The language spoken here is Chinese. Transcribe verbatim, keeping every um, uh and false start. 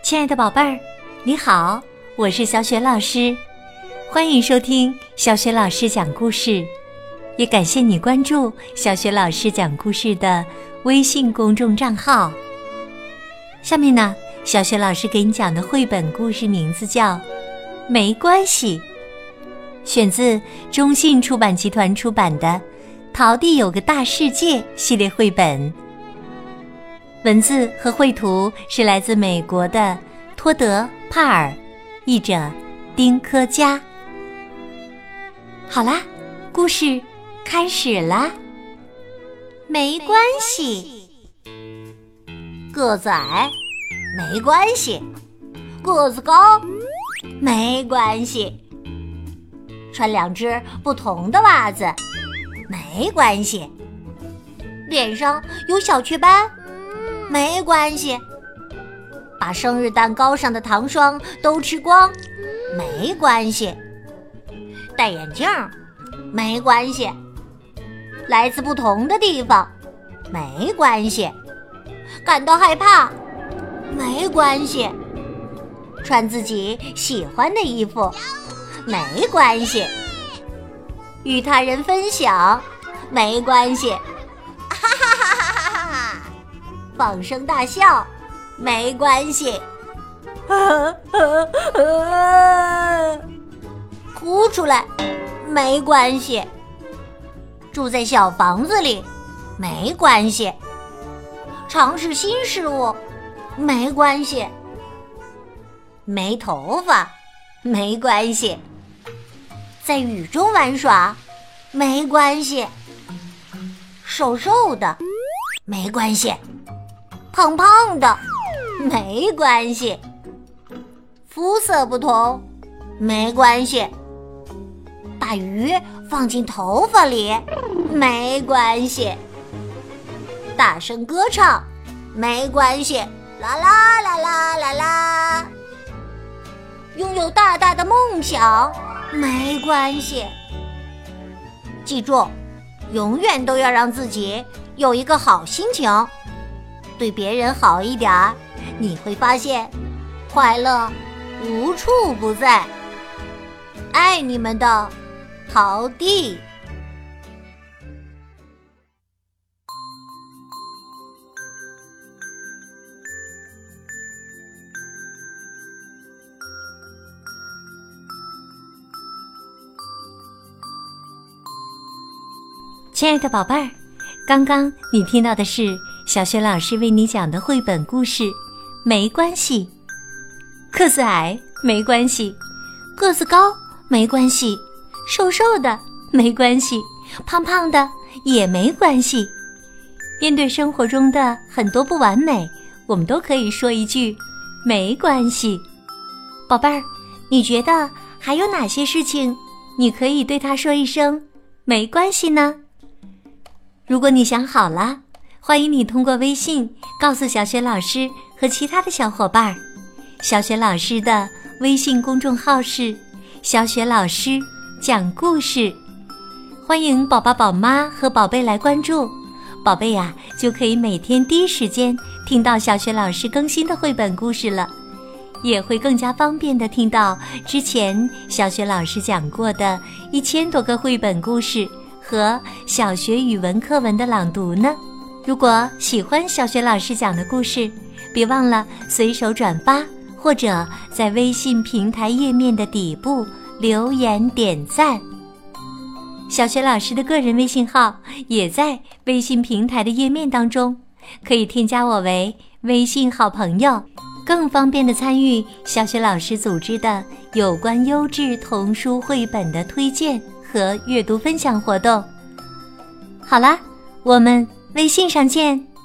亲爱的宝贝儿，你好，我是小雪老师，欢迎收听小雪老师讲故事，也感谢你关注小雪老师讲故事的微信公众账号。下面呢，小雪老师给你讲的绘本故事名字叫《没关系》，选自中信出版集团出版的《淘地有个大世界》系列绘本。文字和绘图是来自美国的托德·帕尔，译者丁科佳。好啦，故事开始啦。没关系， 个子矮没关系，个子高没关系，穿两只不同的袜子没关系，脸上有小雀斑没关系，把生日蛋糕上的糖霜都吃光没关系，戴眼镜没关系，来自不同的地方没关系，感到害怕没关系，穿自己喜欢的衣服没关系，与他人分享没关系，哈哈哈哈哈哈，放声大笑没关系，哭出来没关系，住在小房子里没关系，尝试新事物没关系，没头发没关系，在雨中玩耍没关系，瘦瘦的没关系，胖胖的没关系，肤色不同没关系，把鱼放进头发里没关系，大声歌唱没关系，啦啦啦啦啦啦，拥有大大的梦想没关系。记住，永远都要让自己有一个好心情，对别人好一点，你会发现快乐无处不在。爱你们的淘地。 亲爱的宝贝儿，刚刚你听到的是小雪老师为你讲的绘本故事《没关系》。个子矮没关系，个子高没关系，瘦瘦的没关系，胖胖的也没关系。面对生活中的很多不完美，我们都可以说一句没关系。宝贝儿，你觉得还有哪些事情你可以对他说一声没关系呢？如果你想好了，欢迎你通过微信告诉小雪老师和其他的小伙伴。小雪老师的微信公众号是小雪老师讲故事，欢迎宝宝宝妈和宝贝来关注，宝贝呀、啊、就可以每天第一时间听到小雪老师更新的绘本故事了，也会更加方便地听到之前小雪老师讲过的一千多个绘本故事和小学语文课文的朗读呢。如果喜欢小雪老师讲的故事，别忘了随手转发，或者在微信平台页面的底部留言点赞。小雪老师的个人微信号也在微信平台的页面当中，可以添加我为微信好朋友，更方便地参与小雪老师组织的有关优质童书绘本的推荐和阅读分享活动。好啦，我们微信上见。